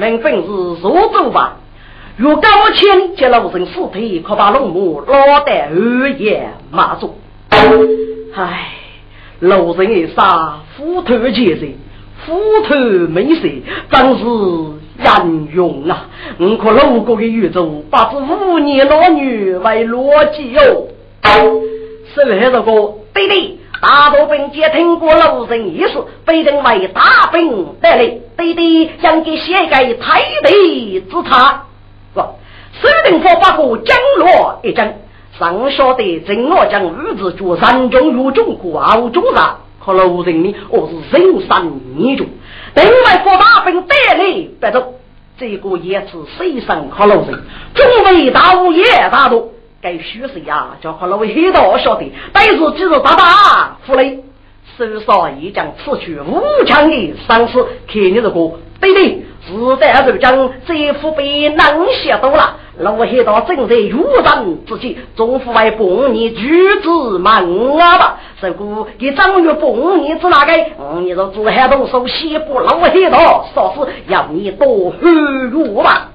民本是所走吧。如高千接老人尸体，可把龙母拉得二夜马祖。唉，老人一杀，斧头结实，斧头没事，真是人用啊！我可路过的宇宙，把这5年老女为逻辑哟。是不是这个？对对。大多兵接听过老人意思，被认为大兵带来，对对，应该写给太地之差。虽定佛把个江落一阵，上说的真我将日子做山中入中国熬中杀，可老人呢，我是人山泥中，另外佛大兵带来白走，这个也是谁上可老人，中为大武也大多。该虚实呀，叫和老黑道说的，但是只是大大负累，手上已将此去无强的丧尸，看你这个对对，是在这将这副被能写多了，老黑道正在如然之际，总府为帮你举子忙啊吧，这个给张月帮你是哪个？你说只还动手西部老黑道，说是要你多贿赂吧。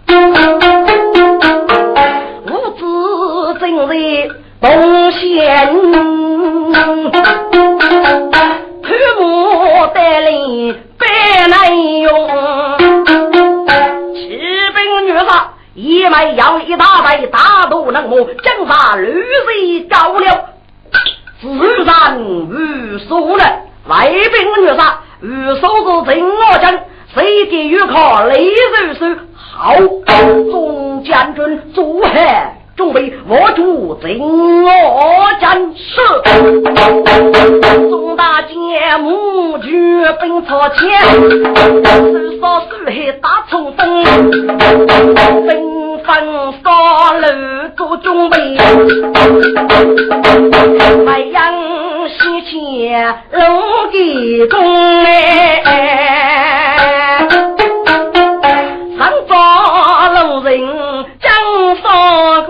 无知正在东县推母带领白难用骑兵女杀一枚要一大袋大肚能母将杀绿水高了自然无数了外兵女杀与手指正我将谁给予考雷瑞士好中将军主海准备我主正我战士中大节目举兵朝前是说是黑大冲锋纷纷杀了做准备太阳西起龙地宫上早老人将杀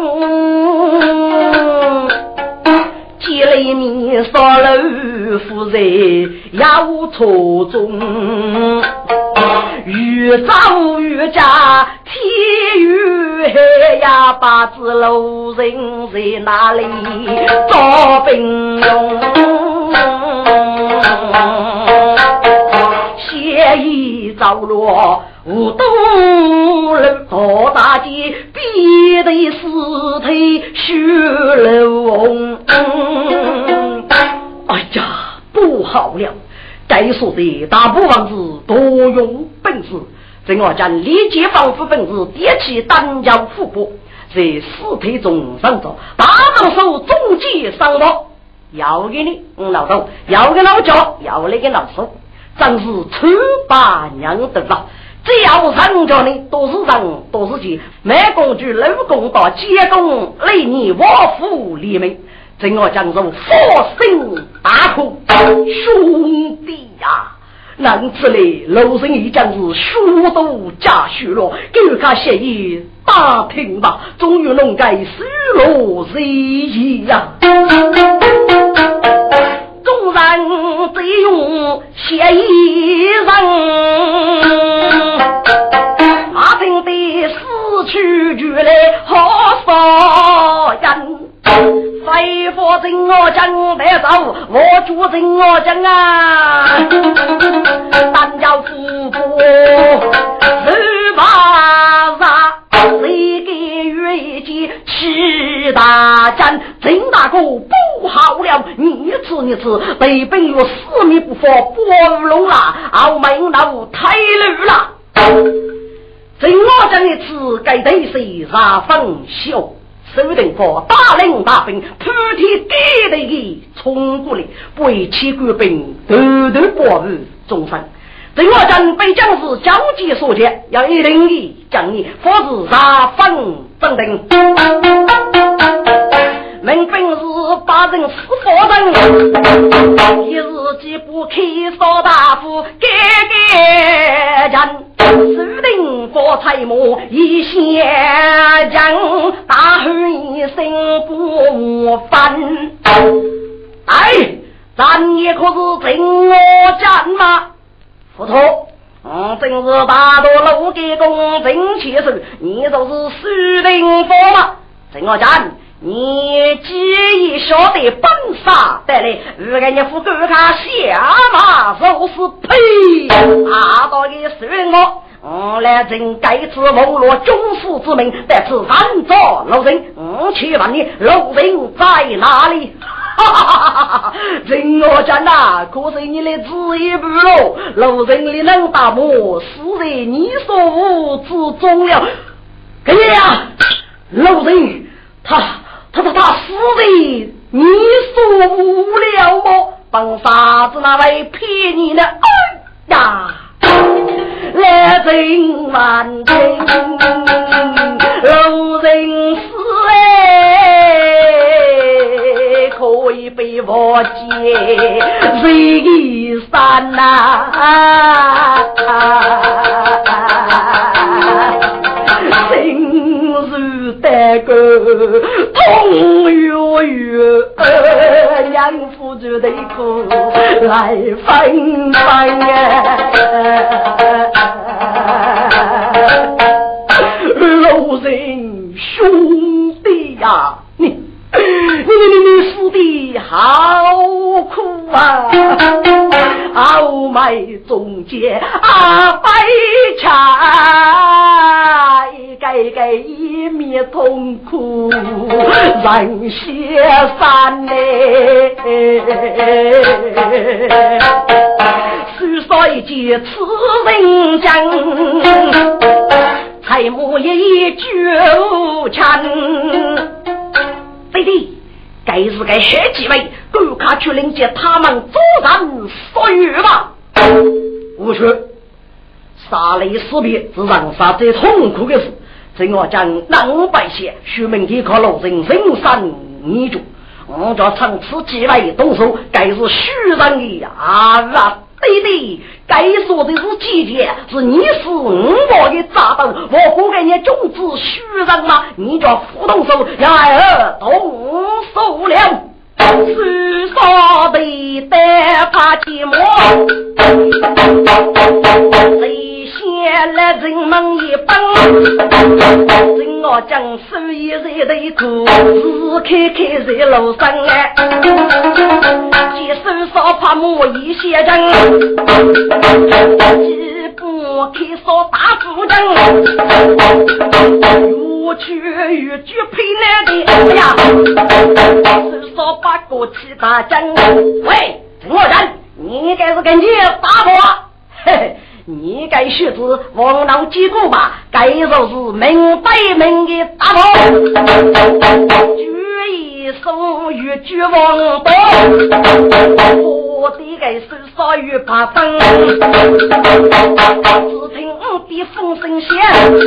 公积累你杀了夫人也无错中越早越加天与黑呀把子老人在哪里做兵用血衣着落无东人大大街逼得尸体血流哎呀不好了该说的大部分是多用本事正我将理解防腐本事叠起单脚腹部在尸体中上走打到手中计上头要给你老豆要给老脚要那个老手真是吃把娘的了只要上着你都是人都是己没工具楼工到结工累你我夫黎明正我讲说佛心大哭兄弟呀难此类楼生一将是书都加许了给他协议打听吧终于能该失落谁意呀纵然只用协议人马平的死去俱来好少人非佛真我讲得走我主真我讲啊单叫富婆十八杀谁给月季吃大战真大哥不好了你吃北边有4米不佛波龙了澳门老太绿了真我讲的吃该得谁杀风秀手定佛大令大兵铺天盖地的冲过来不为七国兵头头保护终身真我讲被将士交接所见要一定的讲你佛子杀风正定民兵是把人死佛人一日既不开烧大夫给人指定佛财母一些人大喊一声不翻哎咱也可是真我战吗佛陀真是大多楼给公正起手，你就是虚灵佛嘛？怎么讲？你既已晓得本杀带来，如果你不给他下马就是呸！阿道的随我。来人该此网络中士之名，在此三座老人，去问你老人在哪里？哈哈哈哈哈！人我讲呐，可是你的旨意不喽？老人你能打磨，死在你所无之中了。哎呀，老人他死在你所无了么？帮啥子那位骗你呢？哎呀！来人万听，老人死可以被我接谁山呐？心如带个痛悠悠，娘夫就得哭来分分老人兄弟呀，你死的好苦啊！傲慢中间悲惨，该一面痛苦人些山呢。虽说一件此人讲，才木一句强。弟弟，该是该黑几位，赶快去迎接他们作战所遇吧。无需杀雷死别是让杀最痛苦的事，正我将南百姓须明天靠老人人山泥主，我叫从此几位动手，该是虚人的啊！弟弟，该说的是季节，是你是我的炸弹，我不给你种子虚人吗？你叫不动手，要儿动手了。是说的带发寂寞，谁先来人们一帮，人我将手一热的土，只开在路上来，几手烧怕莫一些人，几步开烧打主人，我去与举配来的，哎呀，手烧把过去打针，喂，陈国人，你该是跟你打我，嘿嘿。你该学子王老结果吧，该就是明白明的打我，举一手与举王多，我的该是少于怕分，只听的风声响，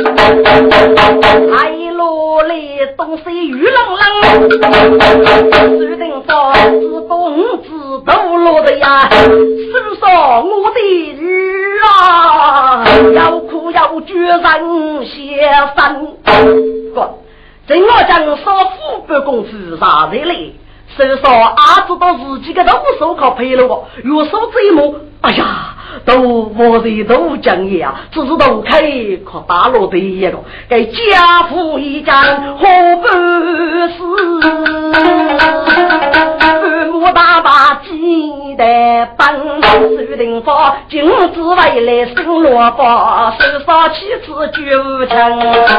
海落里东西雨冷冷，注定说自动自抖落的呀，是说我的日啊，要哭要绝人些山哥，正我讲说富不公司啥的嘞，所以说阿子到自己的都手靠陪了我，有手这一幕，哎呀，都我的都讲也啊，只是都开可大陆的一个，给家父一家何不是？父母大把记得帮，注定说君子为来生萝卜，手烧妻子绝无成。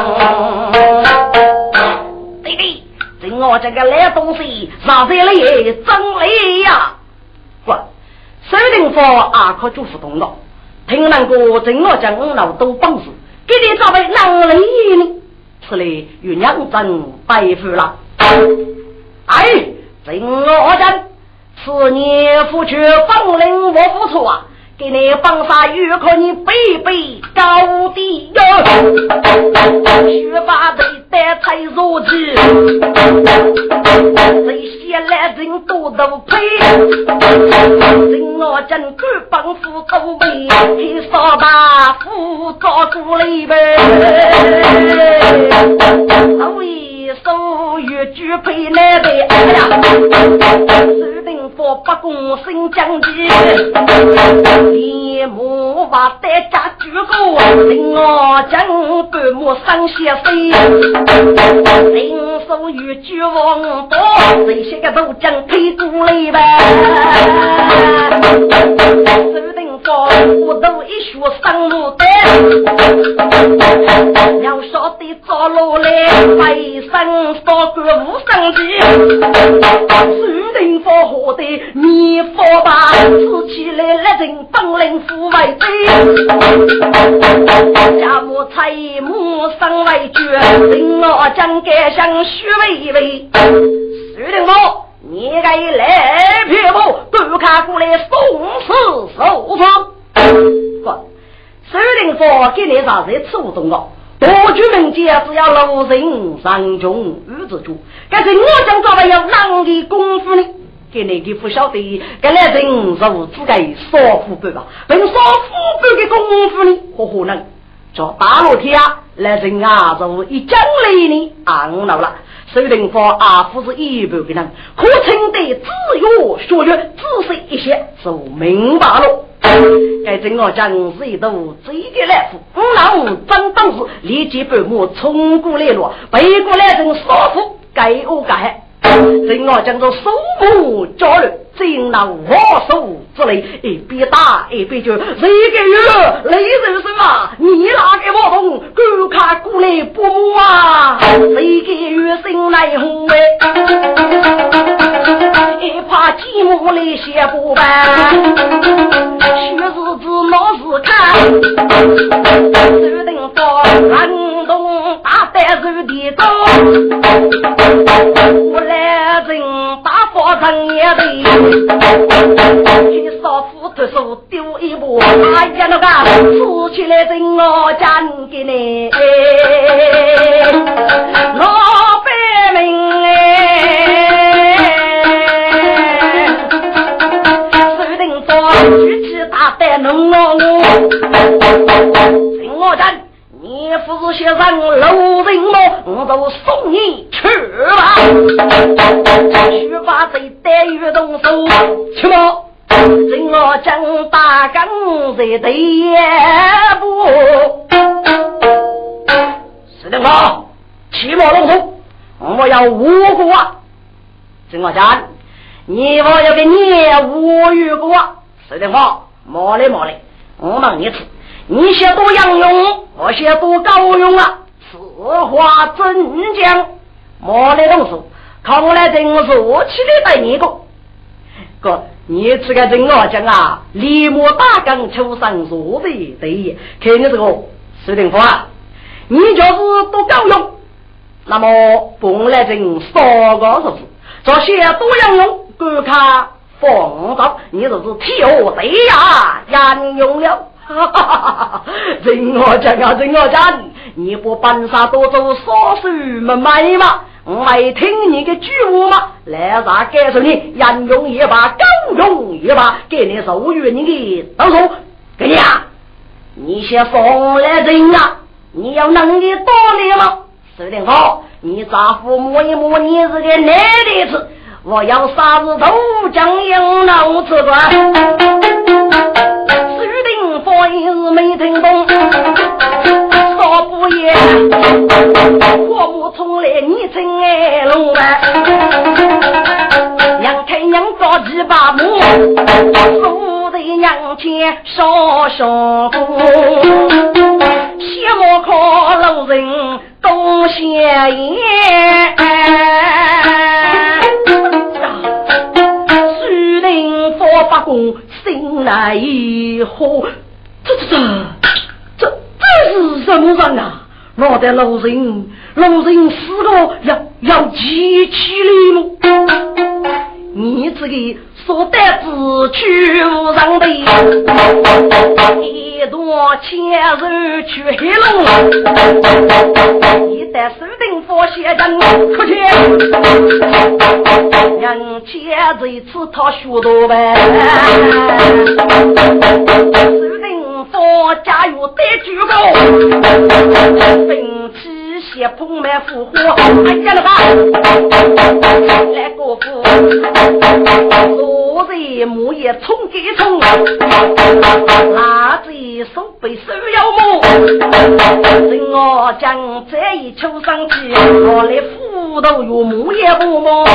弟弟，正我这个来东西啥子嘞真累呀！我手定说阿可就不懂了，听那个正我讲老都帮助，给你找位能力呢，此类与娘真拜服了。哎，正我讲是你夫去帮领我付出啊，给你帮啥鱼可你背背高低哟，学霸的带菜肉质，这些来人都配，人我真够帮扶都没，去扫大夫照顾了一辈，所以手语举配来的，哎呀，指定说不公新将军，你莫把代价举高，令我将半木上些飞，人手与绝望多，这些个都将推出来吧。手定方我都一学上路的，要说的走路来飞身说个无上级，手定方活的你佛吧，自起来来人本领富为贼，家母财母生为绝，令我将该向虚为为手定方你该来撇步不看过来送死受死手定佛给你啥子触动了多居民界只要路人上中日子住但是我将作为要让你功夫呢给你的不晓得跟来人手只该说服对吧本说服对的功夫呢何可能做大陆天来人啊就一奖励呢昂老了手定佛啊不是一步给人可称的自由学学仔细一些就明白了该整个将士都这个来福老张当时立即被我冲过来了背过来人说服该我该整个将做手目交流进了我手之类一边打一边就这个月雷人生啊你拿给我动够卡过来不摸啊这个月生来红一怕寂寞来写不完学日子老是看决定说感动大带手的高我来人大佛上也得去少妇的手丢一步哎呀那个输起来人我讲给你老百姓手定说举起大带能我人我讲你不是先生楼人吗我都送你去吧去吧这带运动手去吧人我将大岗在的也不是的吗骑马龙头我要无辜啊人我讲你我要给你无语过是的吗毛嘞毛嘞我问一次你写多杨勇我写多高勇啊此话真讲毛嘞动手看我来真是我起来带你个哥你这个人我讲啊李莫大刚秋上说的对看你这个石定峰啊你就是多高勇那么本来真说个是这些多杨勇各看放着你就是替我对呀杨勇了哈哈哈！人我讲啊，人我讲，你不办啥多走少数么买嘛？我还听你个句话嘛？来啥告诉你，人用也罢，狗用也罢，给你手语你的到手，给你啊！你先送来人啊！你要能力多点了，是的好，你丈夫摸一摸你是个男的子，我要啥子都将应脑子管。佛也是没听懂说不也我母从来你真爱龙娘开娘高几把母父的娘亲少少谢莫可老人东谢也须令佛法公醒来以后这是什么人啊？我的老人死了要记起来吗？你这个所带自去无上的一朵千人去黑龙你带手定佛写人可去让千这一次他学多呗手定佛加油得举高并起写碰满复活哎呀了吧来过父我在木叶冲给冲，哪子手背手要摸，等我将这一抽上去，我来斧头有木叶不摸。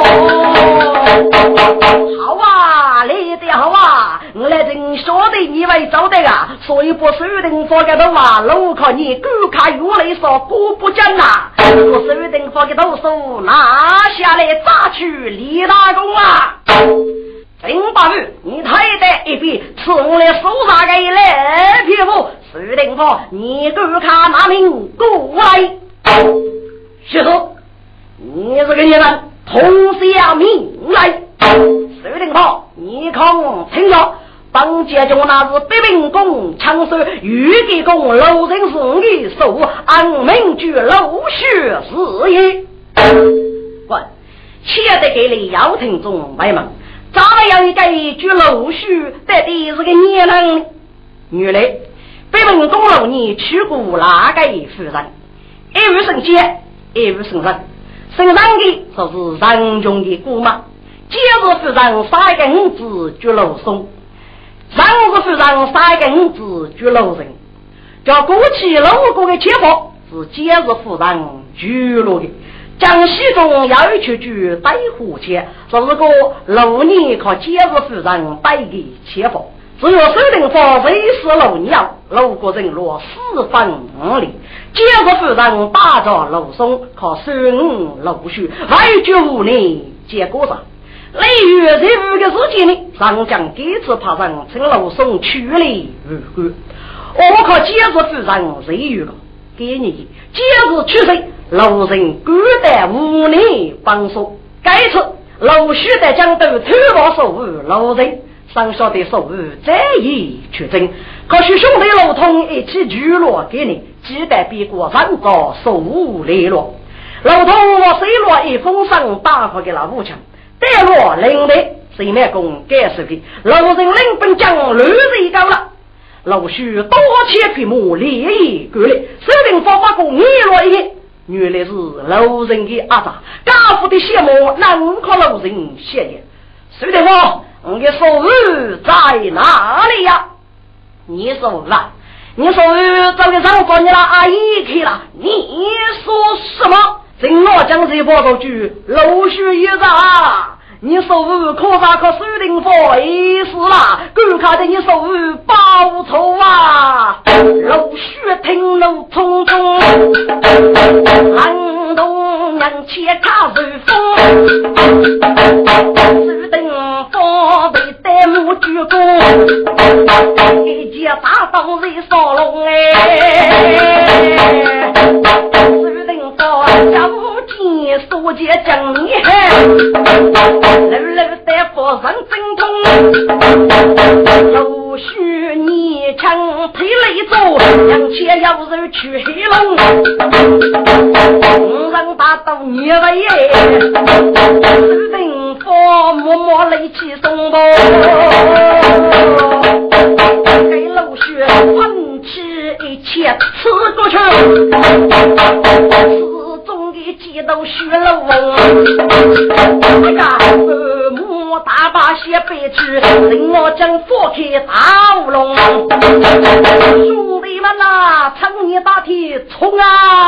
好啊，来的好啊，我来真说的你为找的啊，所以不手定放个头啊，路靠你顾看原来说过不真呐，我手定放个头手拿下来砸去李大公啊。真把你太太一笔吃我的手上给来皮肤手定放你顾看拿命过来，是说你这个女人同下命来，手定放你看听着当家中那是北平公长寿御地公楼人是你手安民居楼学事业滚切得给你姚廷中外门咋样一个居楼学到底是个年人女嘞北平公楼你去过哪个夫人一日生节一日生人生人的就是人中的姑妈接着夫人杀一个五子居楼松上日夫人杀一个五子居楼人叫过去楼过的切佛是接着夫人居楼的江西中要去居带虎切就是个楼年靠接着夫人带给切佛只有手定佛为是楼鸟楼国人落四分五里接着夫人打着楼松靠孙楼须外居五年结果上雷雨这5个时间呢上将第一次爬上从楼松去了5个我靠接着夫人雷雨个给你接着去谁楼人孤单5年帮手该次楼须的将都推我手楼人上下的手再一取证可是兄弟楼通一起聚落给你几代比过上个手雷落楼通我谁落一封上打发给老母亲带落领的谁面公盖世的楼人领本将绿水高了楼须多切皮木利益过来手定发发公一落一原来是楼人的阿杂家父的羡慕难靠楼人谢业手定说你的手在哪里呀你手了你手找个上帮你了阿姨去了你说什么真我将这波出去楼须一杂你手可啥可手定佛意思啦顾看着你手报仇啊楼须听楼匆匆寒冬人切卡随风手定佛被带木鞠躬一节大刀在烧龙手定佛小金手节将你楼楼的佛人精通楼须你强推雷走两切要肉去黑龙让大刀你来耶手定佛默默雷起松波给楼须喷吃一切吃过去几都虚了翁哎呀母大把些背去令我将佛开大乌龙兄弟们啊趁你大体冲啊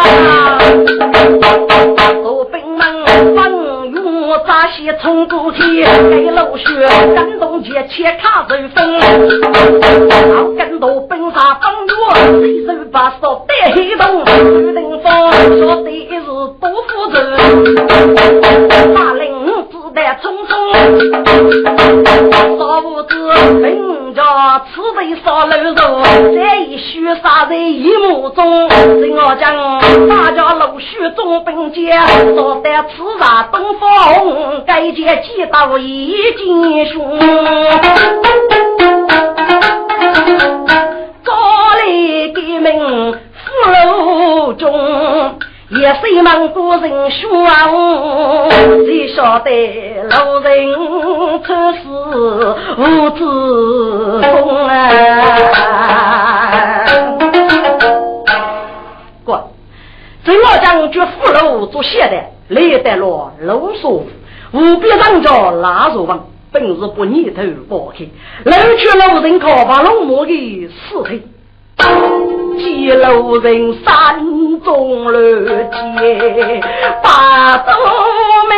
走兵们放用扎些冲过去给楼血感动节切卡随风老跟头兵杀放我随手把手带黑洞决定风说的是不负责大领子弹匆匆少不知凭着此为烧楼肉这一须杀在一目中令我将大家楼须中兵节说的此杀东风该节击到一斤凶高丽的名俘虏中也是满国人说谁晓得老人出事无知风过这我将军俘虏做写的累得了楼索无必让着拉手帮本是不泥头剥开，楼去楼人靠把龙母的尸体，几楼人山中了街，把刀妹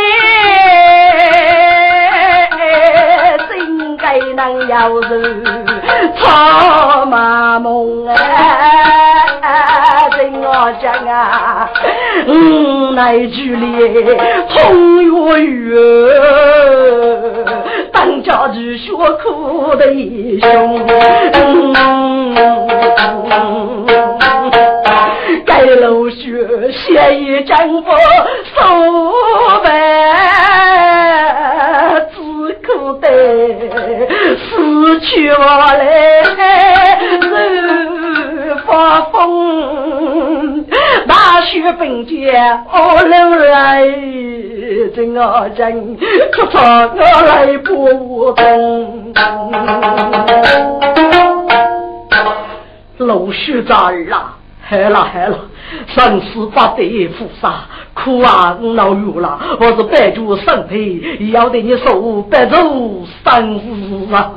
真该能要人草马梦真我讲啊，那距离红月月，当家之学苦的兄，该楼学写一张不手白，只可得失去我来发疯，大学本届我能来，真我真可怕我来不动。老师在啊，害了，生死不得负杀，苦啊恼忧了，我是白主身体，要得你手白走生死啊！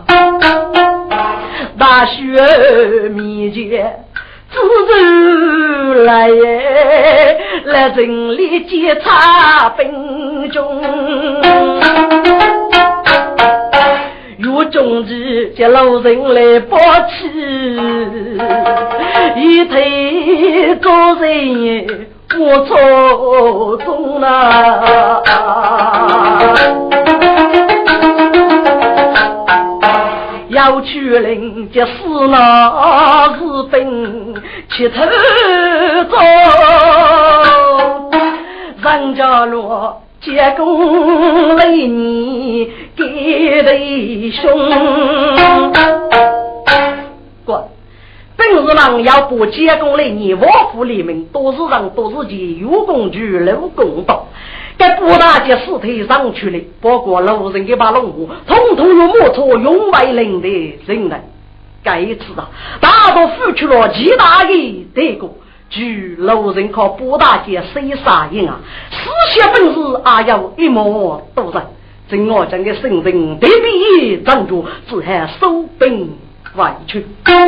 大学密接自来来整理检查病中，有种子叫老人来保持，一推做人我错中了。要去领这死那日本起头走，人家落结公为你给的凶。本日人要不结公为你我府里面都是人都是己有工具留公道，该不大姐尸体上去了，包括老人给把龙虎统统有莫错永外人的人来。该一次啊，大都付出了极大的代价，据老人靠不大姐谁杀人啊，死血本事啊要一模都在，真我整个圣人得比站住，只还收兵外去。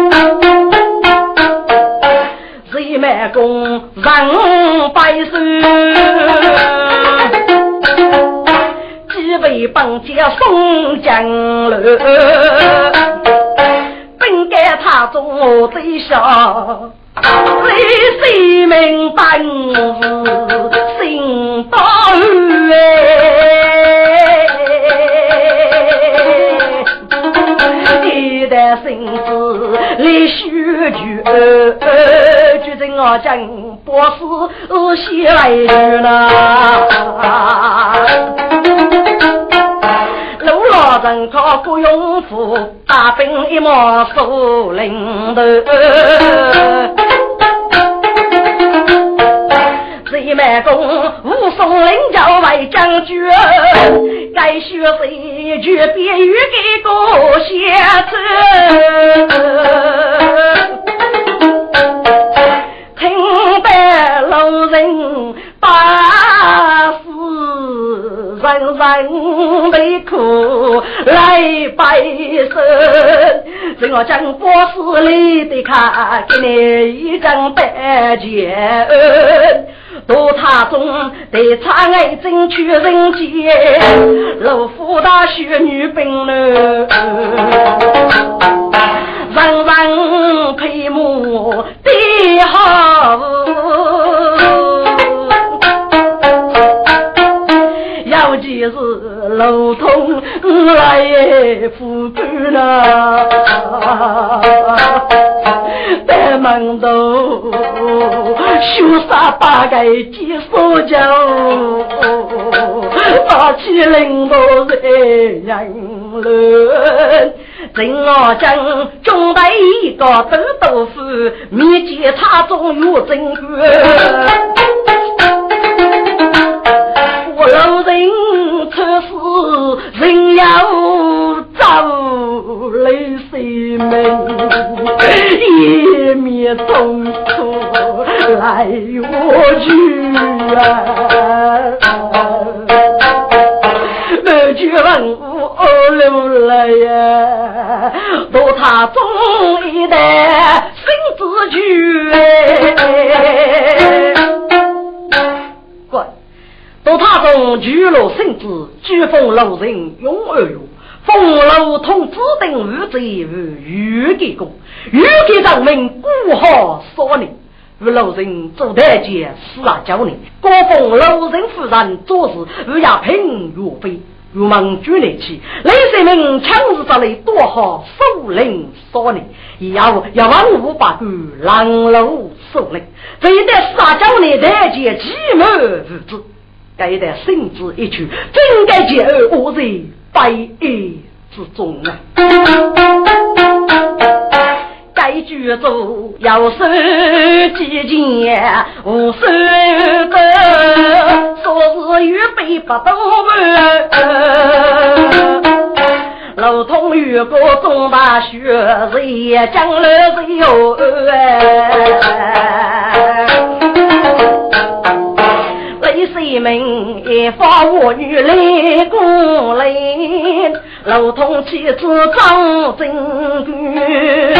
谁卖公让百姓，几位帮家送将了，本该他中我最小，谁明白心大你的心思来须句就在我讲博士写来句了，老老人靠不用负大兵一模手领的谁卖公武松领教外将军，该学谁绝别于给狗写字，听得老人把死人人的苦来拜神，正我将博士里的卡给你一张白笺，多他中得查爱争取人杰，老夫大学女兵了，人人佩目的好，要记是老通来富贵了，在门头修杀八个几手脚，大起领导人人真我将中带一个豆豆腐，秘籍茶中有真格，我老人测试人要走泪水门，一面痛苦来我去啊，没去问我流来呀，都他中一代新子句乖，都他中举楼新子举风楼人永而有风楼通指定无罪与给公与给长民孤好所令与老人做台阶四啊教你高峰老人夫人做事与亚平如飞如梦举内气雷神明强势着来多好首领所令也要往无把个狼楼首领非得四啊教你台阶寂寞日子该得性子一曲真该解而无罪百业之中啊该剧组要是几件无数的说是预备不到老同学过中大学谁也讲了谁有雷谁们也发我女来过来老同妻子张真君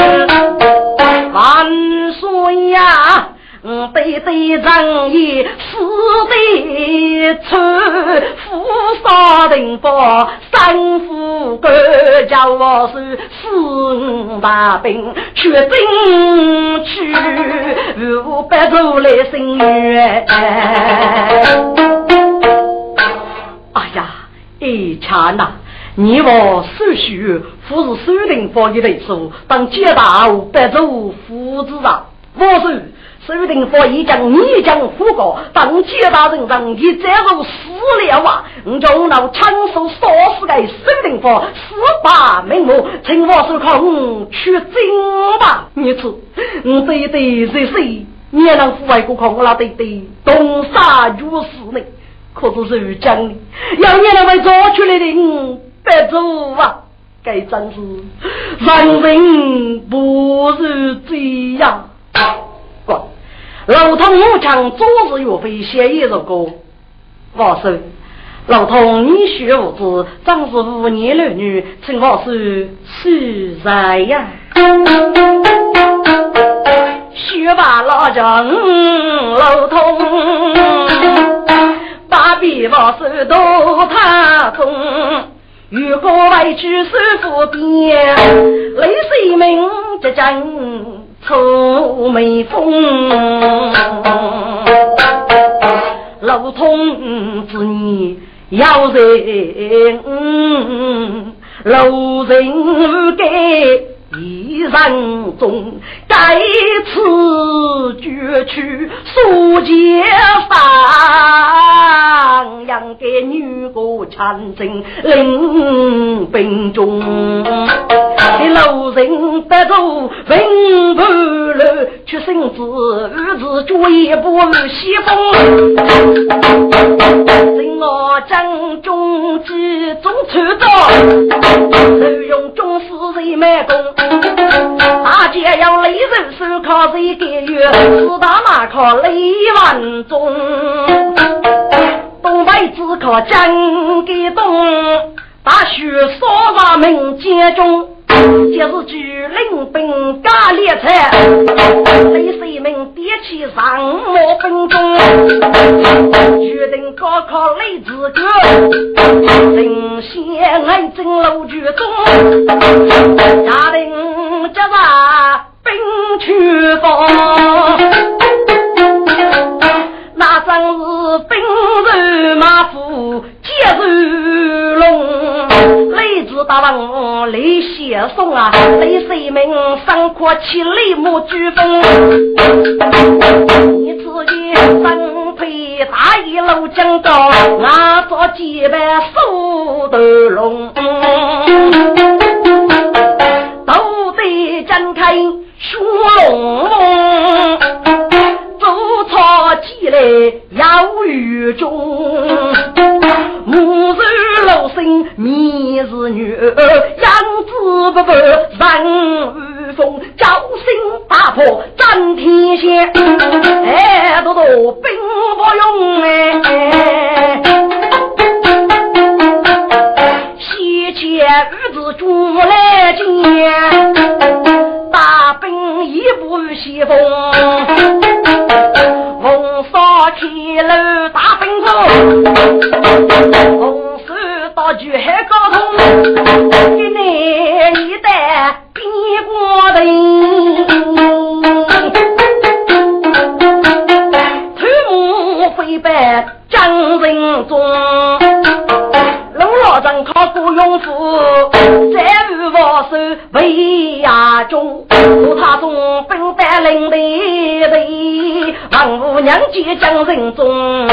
万岁呀对对仗义死的出富少定波三夫哥叫我是四大兵去争取500周来生月哎呀一刹那你我思绪不是苏定佛一类数当接到500周夫子啊我是苏定佛一讲你讲胡过当接到人上你这种死了啊你就拿枪手锁死给苏定佛18名目请我是空去争吧你吃对对谁谁你也能父爱过空了对对东沙如死呢可是讲你要你能为做出来的别走啊该真是人人不是这样老同我讲昨日有非写一首歌我说老同你学无知张是5年了女请我是实在呀学吧老张老同把笔我是都他中如果外去师傅边雷水明这张臭美风老同志你要人老人给一人中该此绝去书接上养给女国产生领兵中的老人得走文不了去生子日子追不西风我将中计中出招使用中士人卖功大姐要雷人手靠谁给予四大马靠雷万中东北只靠江给东大雪所把门接中就是举领兵加列车雷水们跌起上磨分钟决定高考雷子哥领先爱真楼剧中家庭家把兵去放那真是兵人马夫接如龙雷子大王雷血送啊雷水们上阔起雷木飓风你自己身配大一楼江道拿着几百手的龙都得展开书龙走错几类要雨中母子老生迷子女养子不不让雨风招心大破占天线都兵不用西岐红色到举海高通，给你一代比过的头目飞白张人中，龙老张靠过勇夫，在我手为亚中，他中分担领的王母娘接张人中。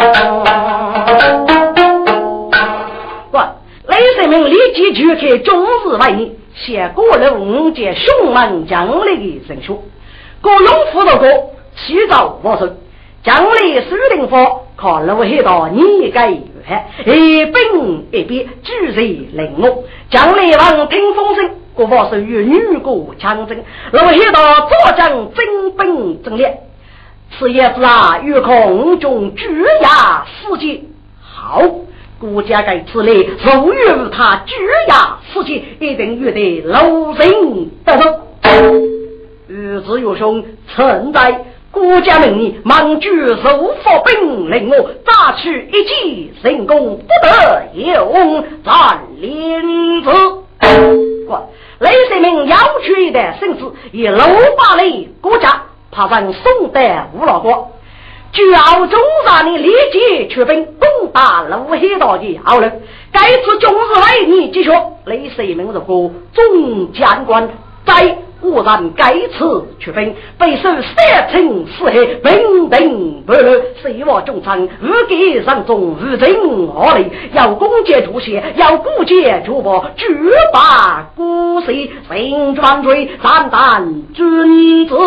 雷神明立即举开中日外逆，写过了5节凶猛将领的神书，过龙府的歌起早我手将领司令佛靠路黑到你该月一兵一边举谁领我将领王听风声过我手与女国强征路黑到作战征兵征烈，此叶子啊与空中举牙世界好国家该此类所有他举牙世界一定遇得楼人得手日子有凶存在国家名义忙举手佛兵令我大取一计成功不得有战连子雷神明要取的甚至以楼巴类国家爬上宋代吴老国据澳中让你立即出兵攻打楼黑道的好了该次中日来你继续雷神明的国总将官在忽然该次出兵被受三城四海平等不乐谁我中场无给上中无人何里要攻击主血要顾借主播举把孤谁神专追三胆君子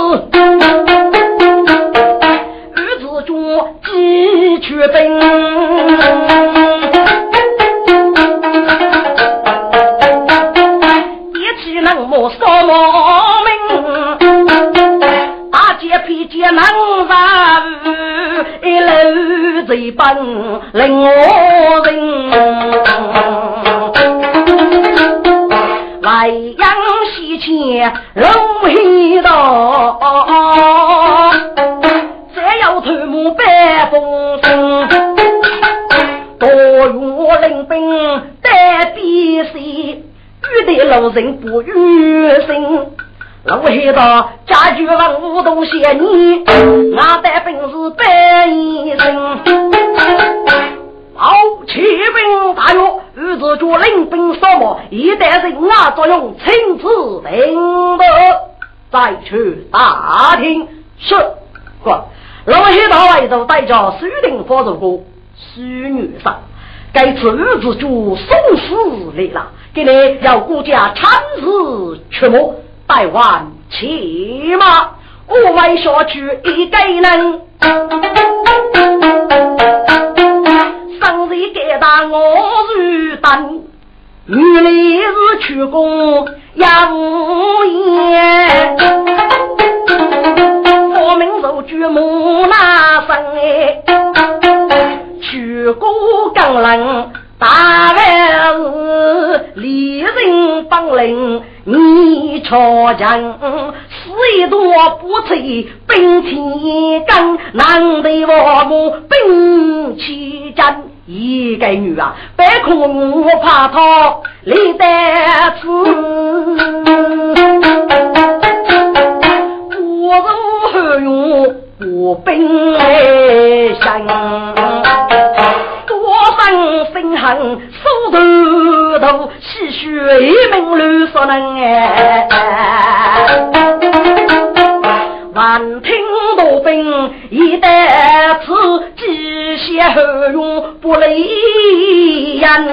日子中继出兵一起能莫说莫名大姐皮姐能杀一路贼奔令我人来阳西前龙黑道要头目白风声多用领兵带比谁遇得老人不遇生老黑道家具王武动写你我带本事白一生好骑兵大约日子做领兵扫码一代人啊作用亲自领的再去打听是过老黑道外头带着苏定佛走过苏女上该次日子就送死来了给你要顾家参日去摸台湾骑马我外说去一个人上日给打我日单女里日去攻也无言我们手举木那生去过江人大概是离人帮领你朝将水多不吹兵气干难得我们兵气战一个女啊白空我怕他离得此我如何用我兵来想多生心狠手头头细血名律所能万听多兵一代此机械何用不离人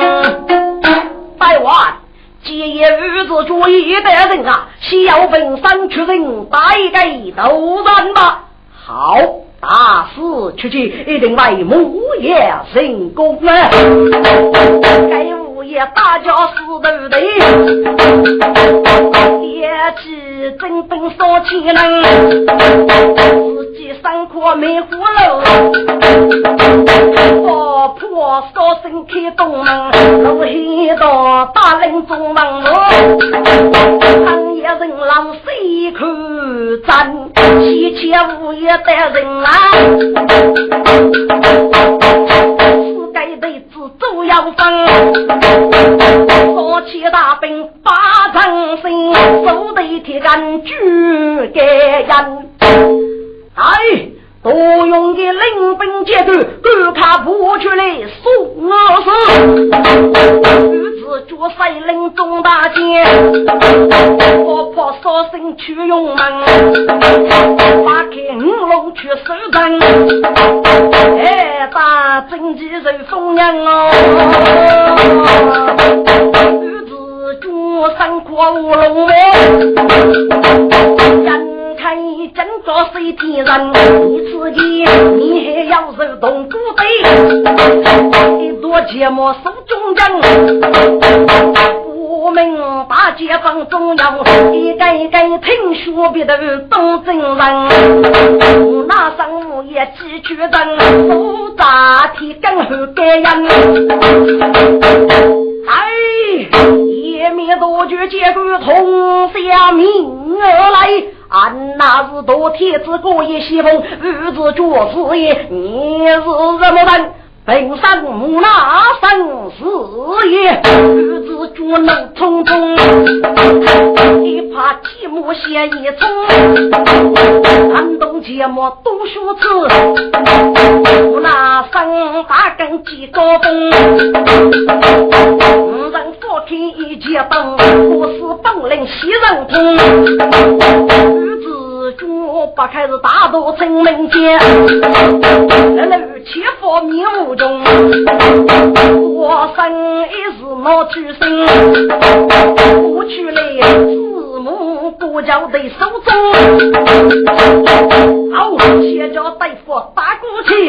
台湾节夜日子注意的人啊小本山区人大概都然吧好大事出去一定为母业成功啊该物业大家死对不对也去真本说起来自己上课没葫芦我破说身开动门路黑道大人中忙行业人浪谁可赞西切物业的人啊要分，说起大兵八成心，手得铁杆举给人。哎，多用的领兵阶段，各卡破去来送我死。与子主率领中大街，我破烧身去用门，发开五龙去守阵。哎，大正气人风扬哦，与子主三阔五龙人开整个水天人，你自己你还要手动鼓队，一朵芥末手中人，我们大街坊中央一个一个听说别的东正人，那上午也几句人不咋提更后给人。哎，也免多句结果同下命而来，俺那是多铁子过夜西风，日子做事业，你是什么人？本山木那生死也，日子做能匆匆，一怕寂寞写一冲，寒冬寂寞读书词，木那生大根几高峰，人佛天一节灯，我是本领西人通，日子做不开始大都成门街，人类切佛迷雾中，我生一时闹去生，我去来字母不叫的手中，好写着大夫打鼓去，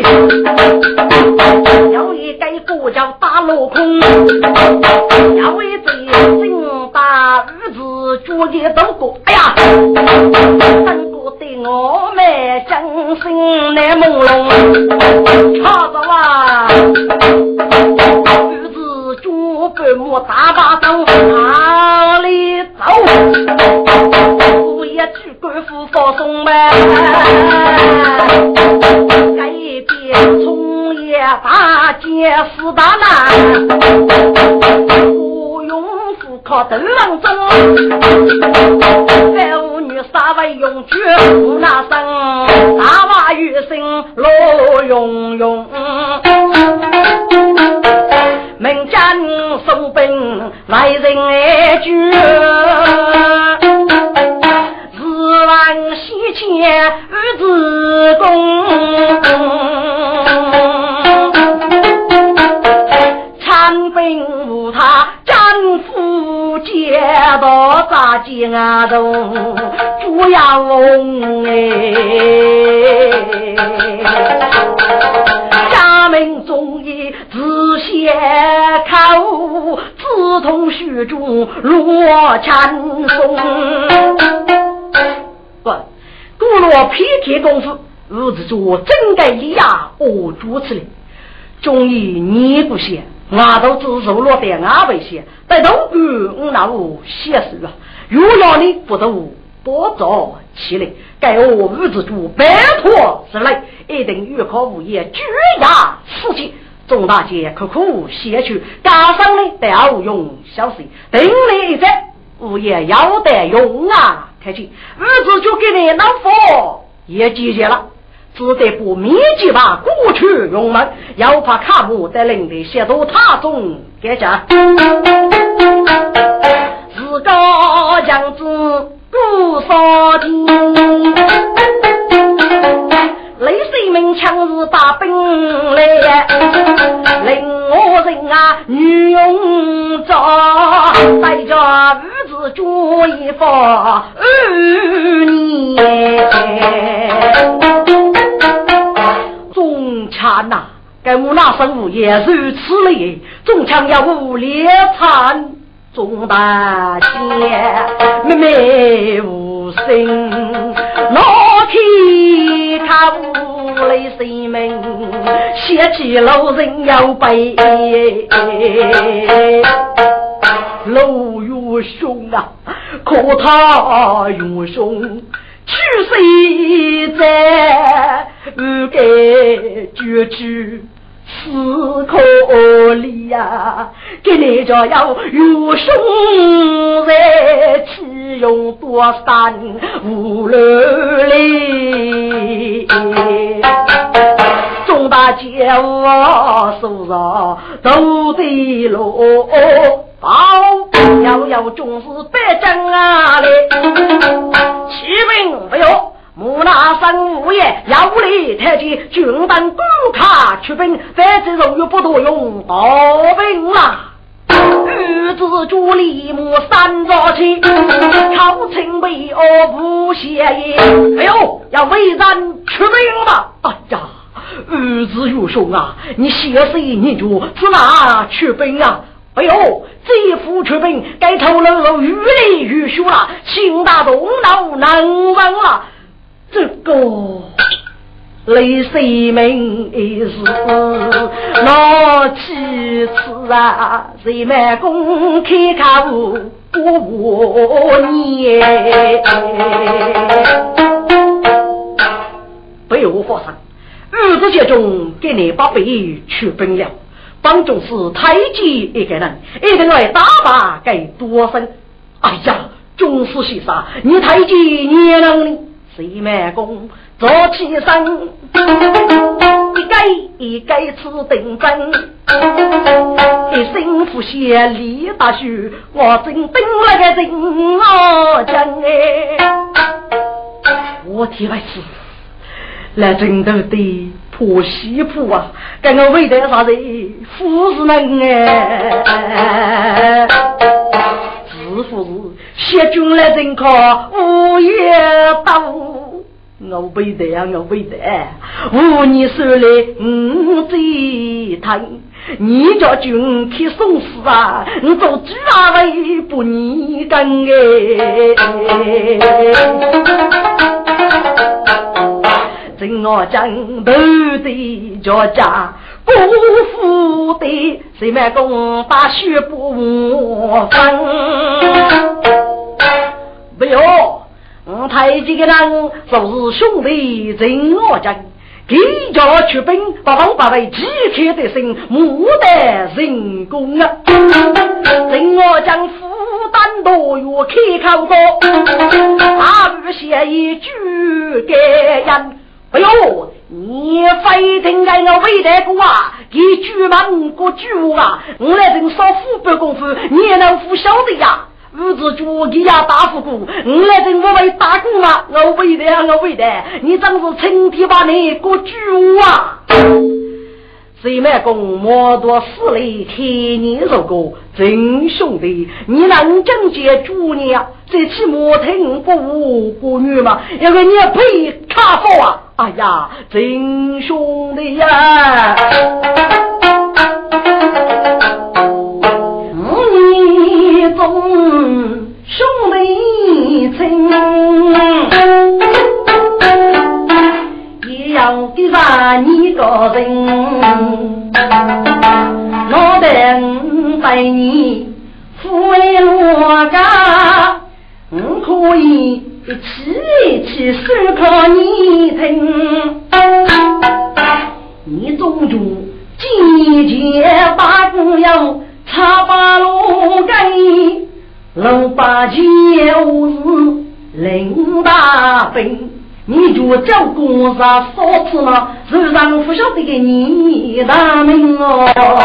有一个不叫大落空，有一对正大日子做的都过，哎呀三个对我们真心来朦胧，差着啊日子做本木大把刀哪里走，我也去官府放松呗，改变从业大街四大难，不用户靠等郎中，在妇女稍微用绝那生大娃雨声罗永永，民间送兵来人居，自然西迁与子宫，参兵无他战夫接到大街啊东主要家门中意自写口，自同虚中落찬松。不，古罗皮铁功夫，日子做真该力呀，我主持的。中意你不写，我都自受落点啊为写，但都那我写死了。如要你不都多早起来，该我日子做拜托之类，一定预考物业举牙刺激。钟大姐苦苦写去，加上呢调用消息，等你一阵，物业要得用啊！开启日子就给你拿佛也集结了。只得不密集吧过去用门，要怕卡木带领的写到他中给家自高将子不少听雷水门强日把兵来令我人啊女用着带着日子注意发你中餐呐，该木那生物也是吃了耶，中枪要无猎餐，中大姐妹妹无声，老天看无泪水门，写起老人要背，老有凶啊，可他有凶。去谁在给绝去是可怜呀，给你这要有兄在其用多山无lö里中大街我手上都得路好要重视北征啊嘞启禀不有木那三五爷要里太极军班公卡出兵在这种又不多用刀兵啦日子主力木三座起朝廷为我不歇业哎呦要为战出兵吧哎呀日子有兄啊你歇谁你就自哪去兵啊哎呦这副出兵该头了愈来愈熟了请大东脑难忘了这个雷谁名是那其次啊谁买公开考我你被我发生日子节中给你把背去分了帮中是太极一个人一定来打把给多生哎呀中是西沙你太极你也能谁买公做起身一该吃定真一心不歇李大叔我真登了个人我讲我提来吃来真的的破西铺啊跟我为的啥子夫子们自负写军来人可无也到我为的啊我为的无你说嘞最疼你叫军去送死啊你走知啊为不你干真我讲都得着家辜负的谁买公把血不分没有太极的人就是兄弟真我讲给家出兵把王把位击开的心母的人工啊真我讲负担多有开口过他不写一句给人哎呦你非定该我为的过啊一句满过句啊我来人少富百功夫你也能付晓得呀日子主给呀大富姑我来人我为打工啊我为的我为的你真是成天把你过句啊谁买公摩多死里天你肉过真兄弟你能正解主你啊这期摩听不无过女嘛因为你也配卡佛啊哎呀真兄弟呀你总兄弟情也要给咱你个人我等带你富为我家可以一起思考你听你中主季节把不要插把路给老八戒无事领大兵你就叫公杀说次了是让不晓得给你大名哦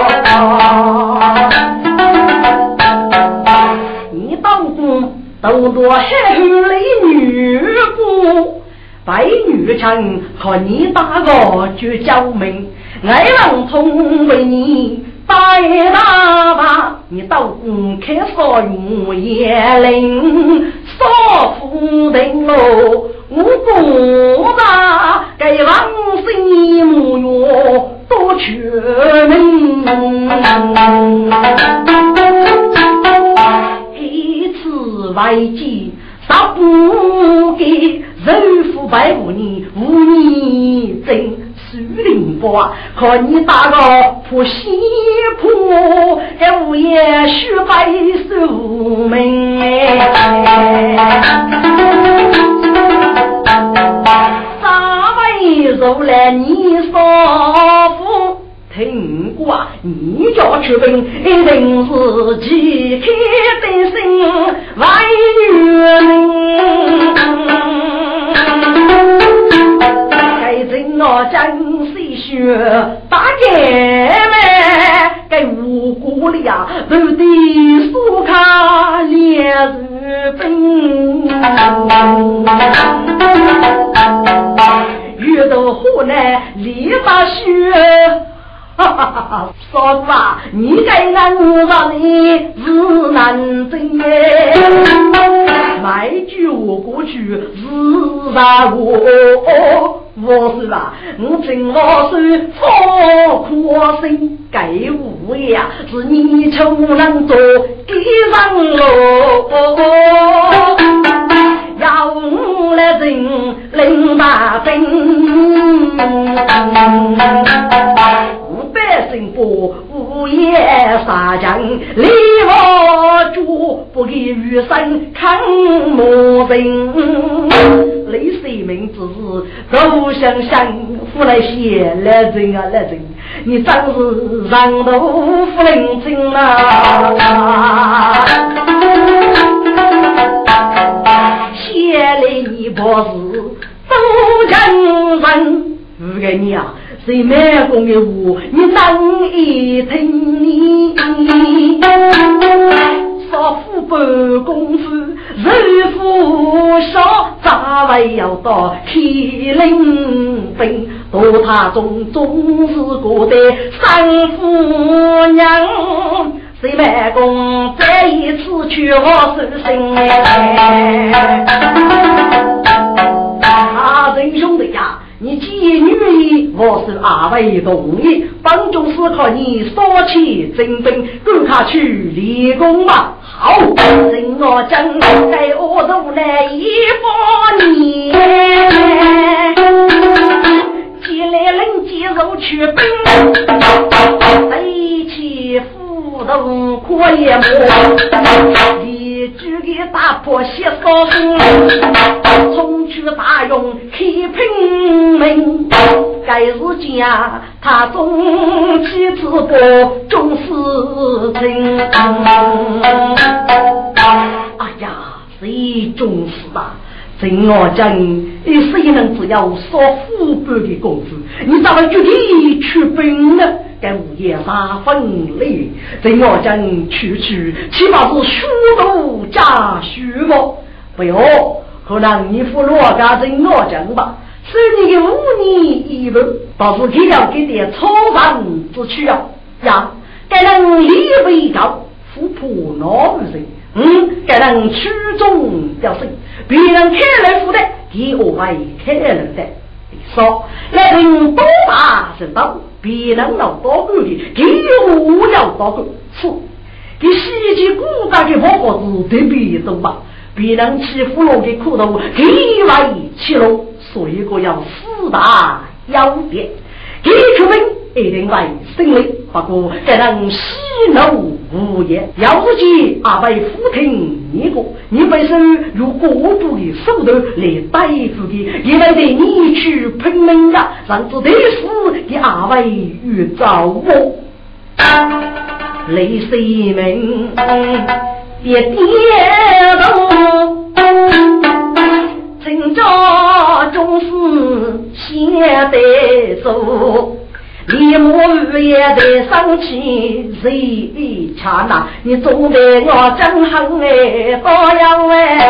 你到公都多黑雷女不白女城和你打个就叫名爱郎通为你大大吧你到公开所用也灵说服定喽无辜吧给王心母哟多全名一次外计啥不给人夫白无你无你真苏林波可你打个破西坡还无也许白素门啥位走来你说服听过，你家出兵一定是旗开得胜万人。该真我真是学大姐们，该无辜的呀，都得苏卡烈日本。遇到湖南立马学，哈哈哈！嫂子啊，你该难让你是难真耶，买句我过去是啥我是吧？我真我是佛苦心该无呀，是你求能做给上喽。要我来人领大兵，五百姓不无业杀将，李我主不给余生看魔人。雷水名之日都想想夫来写来人啊来人，你真是上头夫人精啊！写来你不是都人人，不给你啊！谁没公的物，你当一听你。少妇半功夫，人夫少，咋为要到天灵兵？多他中是过的三夫娘，谁没功这一次去我是心啊，仁兄弟呀！你既女我是阿位同意，帮助思考你说起征兵，跟他去立功吧。好，人我真该我都来一把你，既来人接受去兵，一起互动可也莫。举给打破血烧心，冲去大用开平门，该是家他中气自博重视真。哎呀，谁重视啊？真我讲，谁能只要少副本的功夫，你咋会决定去兵呢？该午夜3分累，真我讲去起码是书读加书么？不要，可能你付罗家真我讲吧，是你的5年一路，倒是给了给点超凡之躯啊呀！该人立为高，富婆闹人。该人曲中调声，别人开来负的，给我来开人的。说来人多大声道，别人老多个的，给我要多个是，给世界古代的活活子对比懂吧？别人欺负了的苦头，给来欺负，所以我要4大要点，给出门一定来胜利。不过该人喜怒无言，要自己阿为夫听你过，你本身如果不的手头来对付的，因为对你去拼命的，让这得死给阿为遇着我。雷水门也跌动，真叫终是写得走。你母也得生气，谁一刹那，你总得我真恨哎，多样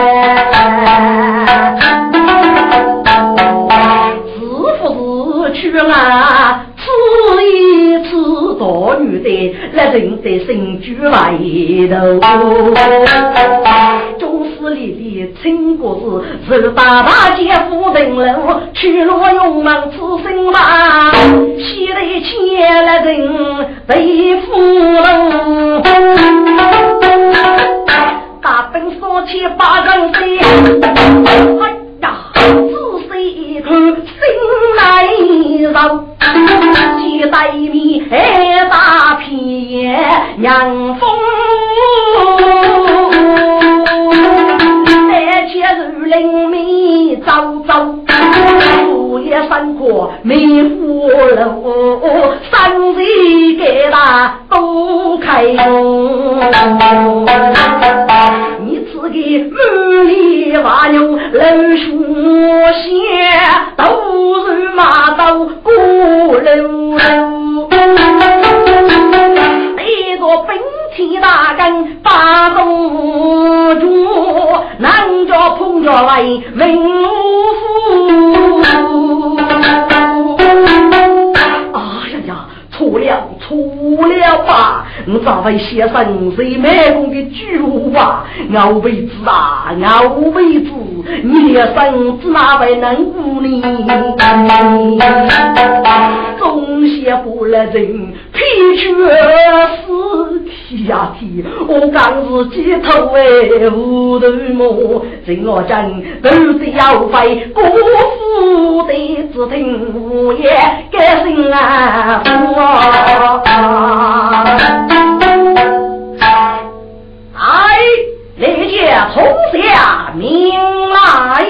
哎，是不是去了？此一次多女的，来人的身居外头，中司里的亲国子是大大姐夫人了，去罗用忙此生吧，西来前来人被夫人，大本说起把人飞，哎呀，仔细一看心来绕，几代米大片娘风，在前如灵米早早午夜山苦过没福楼，三岁给他都开用。你自己满里瓦牛楼书写，都是马到过楼一个本体大根把东住，南着碰着来文武夫。哎呀呀，错了吧！我咋会写生谁卖公的巨物啊？熬辈子啊，熬辈子，你的生子哪位能顾你？总写不了人，皮却死踢呀踢！我刚是鸡头哎，无头毛，人我真都得要费，辜负的只听无言，该心啊哎，理解从下明来。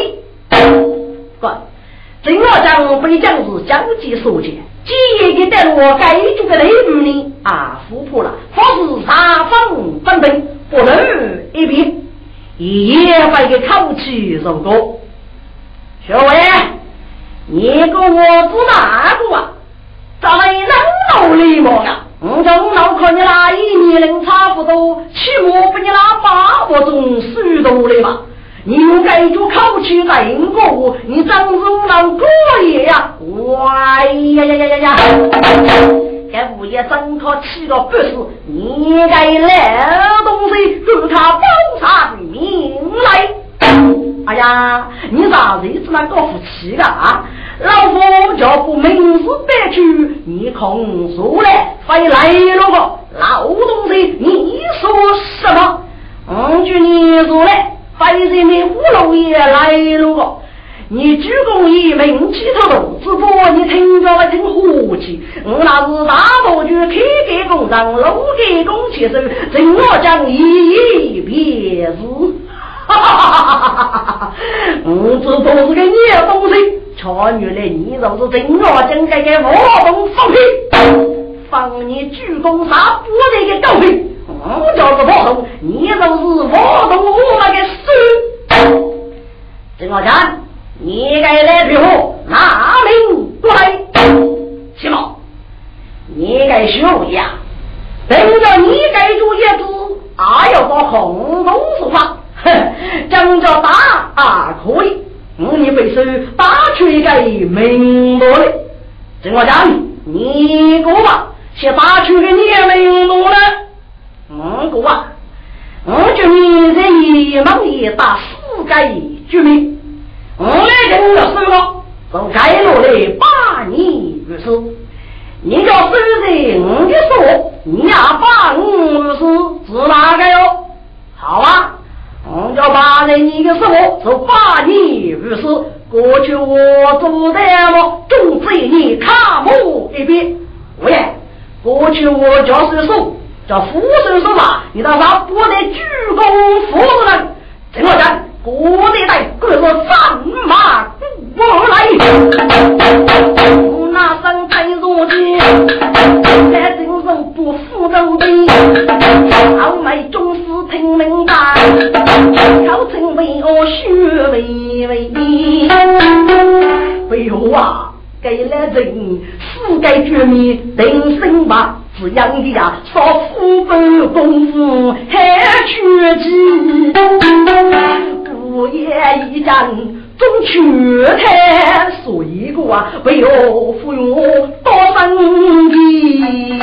真我将被将士将计所见，既一带我该住的雷雨呢啊，服破了，或是杀风纷纷，不能一并也会给口气受过。学伟，你跟我知哪个啊？咋会能努力么啊？我正脑壳你那一年龄差不多，起码比你那8个钟数多了吧？你又该就口气在英国，你张如郎过也呀！哇呀！该物业张口气个不是，你该来东西给他包上名来。哎呀，你咋日子那个福气啊？老夫就不明示白去，你空说来非来了个老东西，你说什么？据你说来。白人的胡老爷来了，你鞠躬一名起头，只不过你听着了挺和气。我那是大伯就开给工厂，楼给工钱手，真我讲一别字，哈哈哈哈哈！这都是个野东西，瞧女来你就是真我讲这个活动放屁，放你鞠躬啥不那个狗屁。我就是活动，你就是活动我那个事。郑老强，你该来之后拿命过来。起码你该修一下，等着你该做叶子，要到空中说话，讲着打可以，你必须打出一个明白的。郑老强，你给我吧，先打出个你明白了。哥啊，我就你这一忙一打世界居民，我来人了生了，就该落来把你如是。你叫收人我的说，你也把我如是是哪个哟？好啊，我就把人你的说，就把你如是。过去我做的么，总之你看我一遍。喂，过去我就是说。叫扶手说法，你到啥不得鞠躬扶人？怎么讲？国内带各个战马过来，那三太弱鸡，在精神不服周兵，豪迈中士听明白，考成为我虚伪背后啊，给了人世界绝灭人生吧。这样的呀，少副本功夫还缺技，不也一战中缺太，所以个啊，为我服用多生计，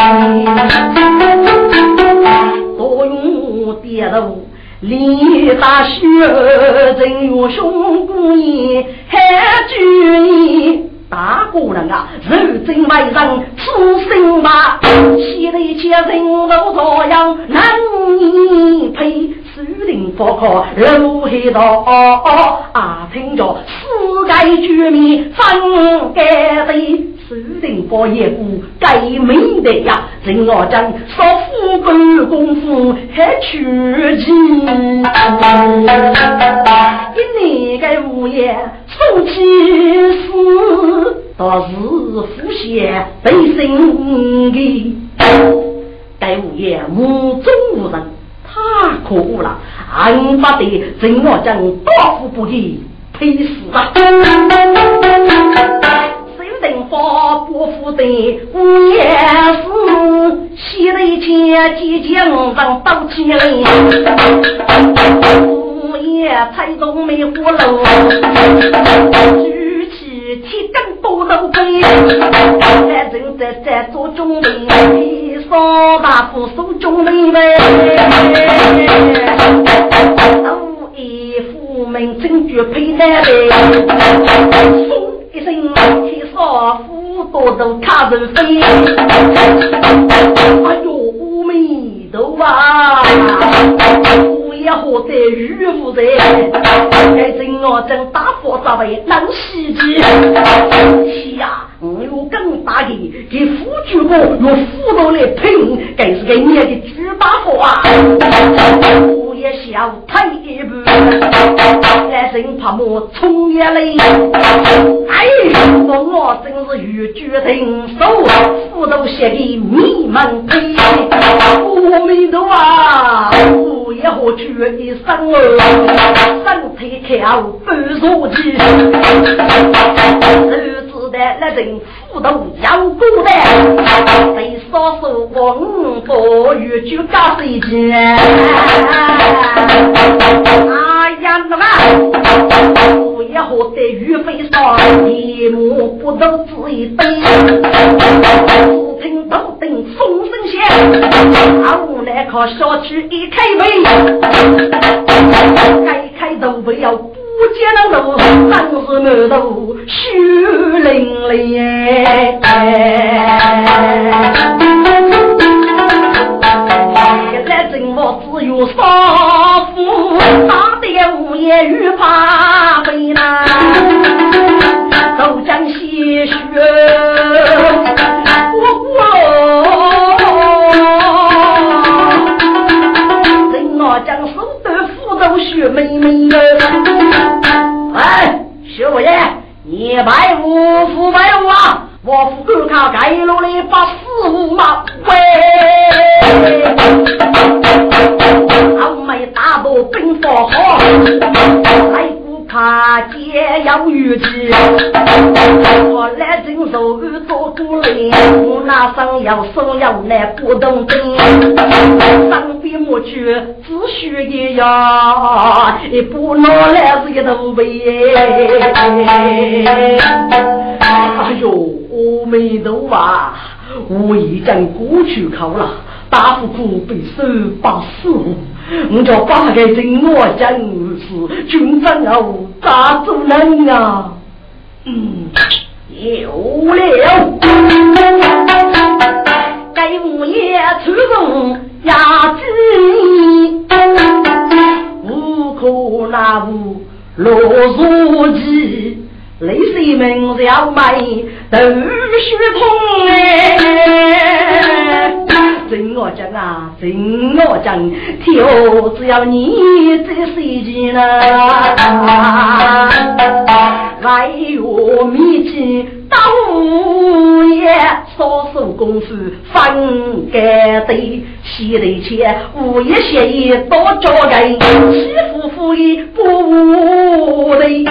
多用跌路。李大学真有兄姑爷还举你大姑娘啊，如今外上出生吧，写的一切人都这样难以配，树林佛科楼黑道听着世界居民分给的手定包业务改名的呀，人我讲少富贵功夫还取经，一年该物业送起事，倒是富些被生的，该物业目中无人，太可恶了，俺把的人我讲大富不义。黑死啊！手定发不服的无也是，洗了一切即将上刀起来，无也踩动没火楼，举起铁杆不能飞，来人在做中美，一扫大夫手中美妹。一副门正绝配奶杯，松一声气少妇多都卡人飞。哎呦，阿弥陀佛啊！我也活在雨无人，该真我真大佛咋位能袭击？是呀，我有更大的给辅助过，用辅导来拼，该是给你的举大佛啊！我也想退一步，来人怕我冲也累。哎，我真是与决定手，辅导写的密门推，阿弥陀啊！我也好去一生儿，身体跳不如鸡，日子的那人辅导要过的，被少数王佛与就搞谁件？哎呀，怎么？我也好在于飞上，一目不都只一杯，听到顶风声响，啊，无奈靠小区一开门，开头不要不见了路，当时门头虚灵灵。来整我只有少妇，打的午夜雨怕飞啦，都将些血我将手的斧头血妹妹哎，学我爷，你白我付白我啊！我付够靠盖楼里把四五马喂，俺们大多兵法好，来不卡街要雨季，我来整手做主力，我拿上要手要来不动灯，上边莫去只需一呀，也不拿来是一头背。哎呦，阿弥陀佛，我已经过去考了，大夫苦被手把死，我就把个真我讲是军长哦，咋做人啊？有了，该物业出动压制，无可拿无落入机。雷水门要买都虚痛哎，真我讲啊，真我讲，跳只要你这世界呢，来我秘籍到午夜少手功夫翻盖的洗的钱，午夜协议多交给媳妇夫一不的。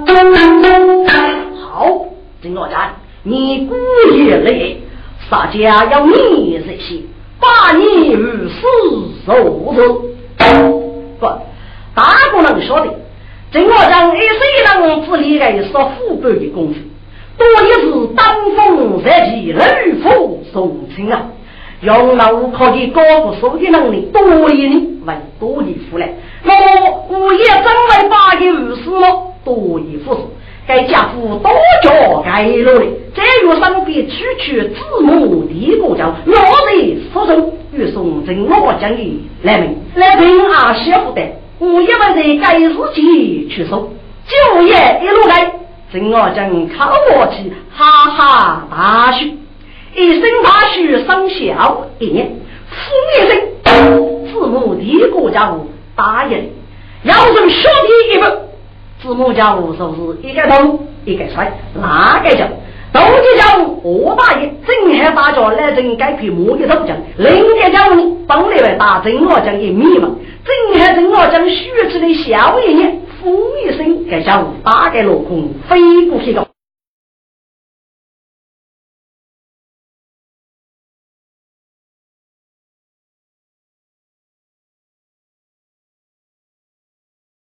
好，真我讲，你故意来，大家要你这些，把你与世受着。不，大不能说的，真我讲，一岁人自理来说富贵的功夫，多一是当风在起，雷风送情啊。用脑科技高不手的能力多一呢，为多一副来。我午夜真来把个五十么多一副是。该家父多叫该路的，这月上边区区字母的国家，我的福州与宋镇我讲的来明来平啊媳妇的，我也为在该日期去收，就业一路来正我将靠我去哈哈大笑，一声大笑生笑一年，父一声字母的国家务答应，要人兄弟一步，字母家务说是一个东一个帅，哪个叫都就叫我大爷正海大家来正改皮木的都讲，另一个叫你帮你来打正我讲一密码，正海正我讲学出的小一年，风一声给下午打给落空飞过去的，